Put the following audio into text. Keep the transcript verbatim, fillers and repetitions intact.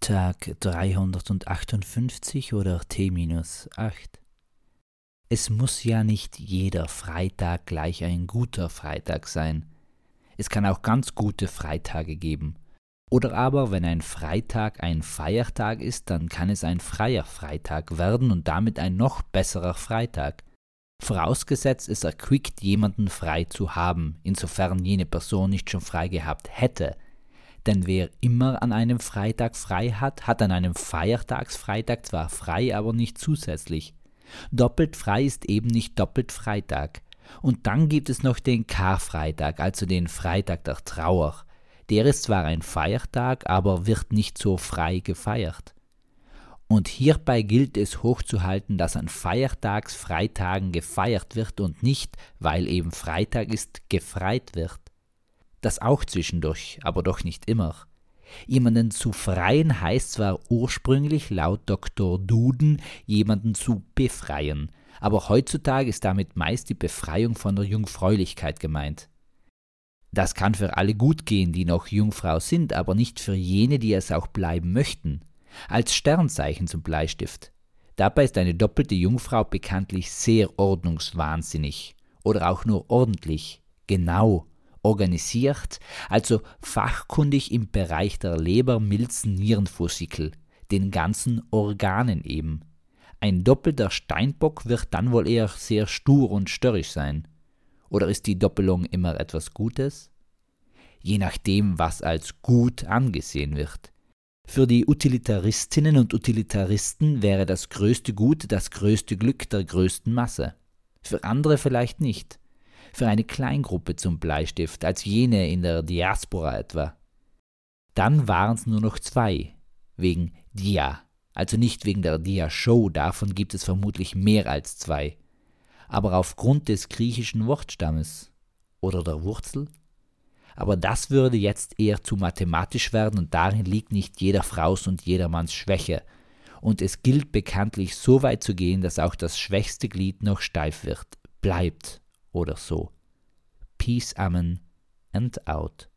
Tag dreihundertachtundfünfzig oder T minus acht. Es muss ja nicht jeder Freitag gleich ein guter Freitag sein. Es kann auch ganz gute Freitage geben. Oder aber, wenn ein Freitag ein Feiertag ist, dann kann es ein freier Freitag werden und damit ein noch besserer Freitag. Vorausgesetzt, es erquickt jemanden frei zu haben, insofern jene Person nicht schon frei gehabt hätte. Denn wer immer an einem Freitag frei hat, hat an einem Feiertagsfreitag zwar frei, aber nicht zusätzlich. Doppelt frei ist eben nicht doppelt Freitag. Und dann gibt es noch den Karfreitag, also den Freitag der Trauer. Der ist zwar ein Feiertag, aber wird nicht so frei gefeiert. Und hierbei gilt es hochzuhalten, dass an Feiertagsfreitagen gefeiert wird und nicht, weil eben Freitag ist, gefreit wird. Das auch zwischendurch, aber doch nicht immer. Jemanden zu freien heißt zwar ursprünglich laut Doktor Duden, jemanden zu befreien, aber heutzutage ist damit meist die Befreiung von der Jungfräulichkeit gemeint. Das kann für alle gut gehen, die noch Jungfrau sind, aber nicht für jene, die es auch bleiben möchten. Als Sternzeichen zum Bleistift. Dabei ist eine doppelte Jungfrau bekanntlich sehr ordnungswahnsinnig oder auch nur ordentlich, genau, organisiert, also fachkundig im Bereich der Leber, Milzen, Nierenfusikel, den ganzen Organen eben. Ein doppelter Steinbock wird dann wohl eher sehr stur und störrisch sein. Oder ist die Doppelung immer etwas Gutes? Je nachdem, was als gut angesehen wird. Für die Utilitaristinnen und Utilitaristen wäre das größte Gut das größte Glück der größten Masse. Für andere vielleicht nicht. Für eine Kleingruppe zum Bleistift, als jene in der Diaspora etwa. Dann waren es nur noch zwei, wegen Dia, also nicht wegen der Dia-Show, davon gibt es vermutlich mehr als zwei, aber aufgrund des griechischen Wortstammes oder der Wurzel. Aber das würde jetzt eher zu mathematisch werden und darin liegt nicht jeder Fraus und jedermanns Schwäche. Und es gilt bekanntlich so weit zu gehen, dass auch das schwächste Glied noch steif wird, bleibt oder so. Peace, Amen and out.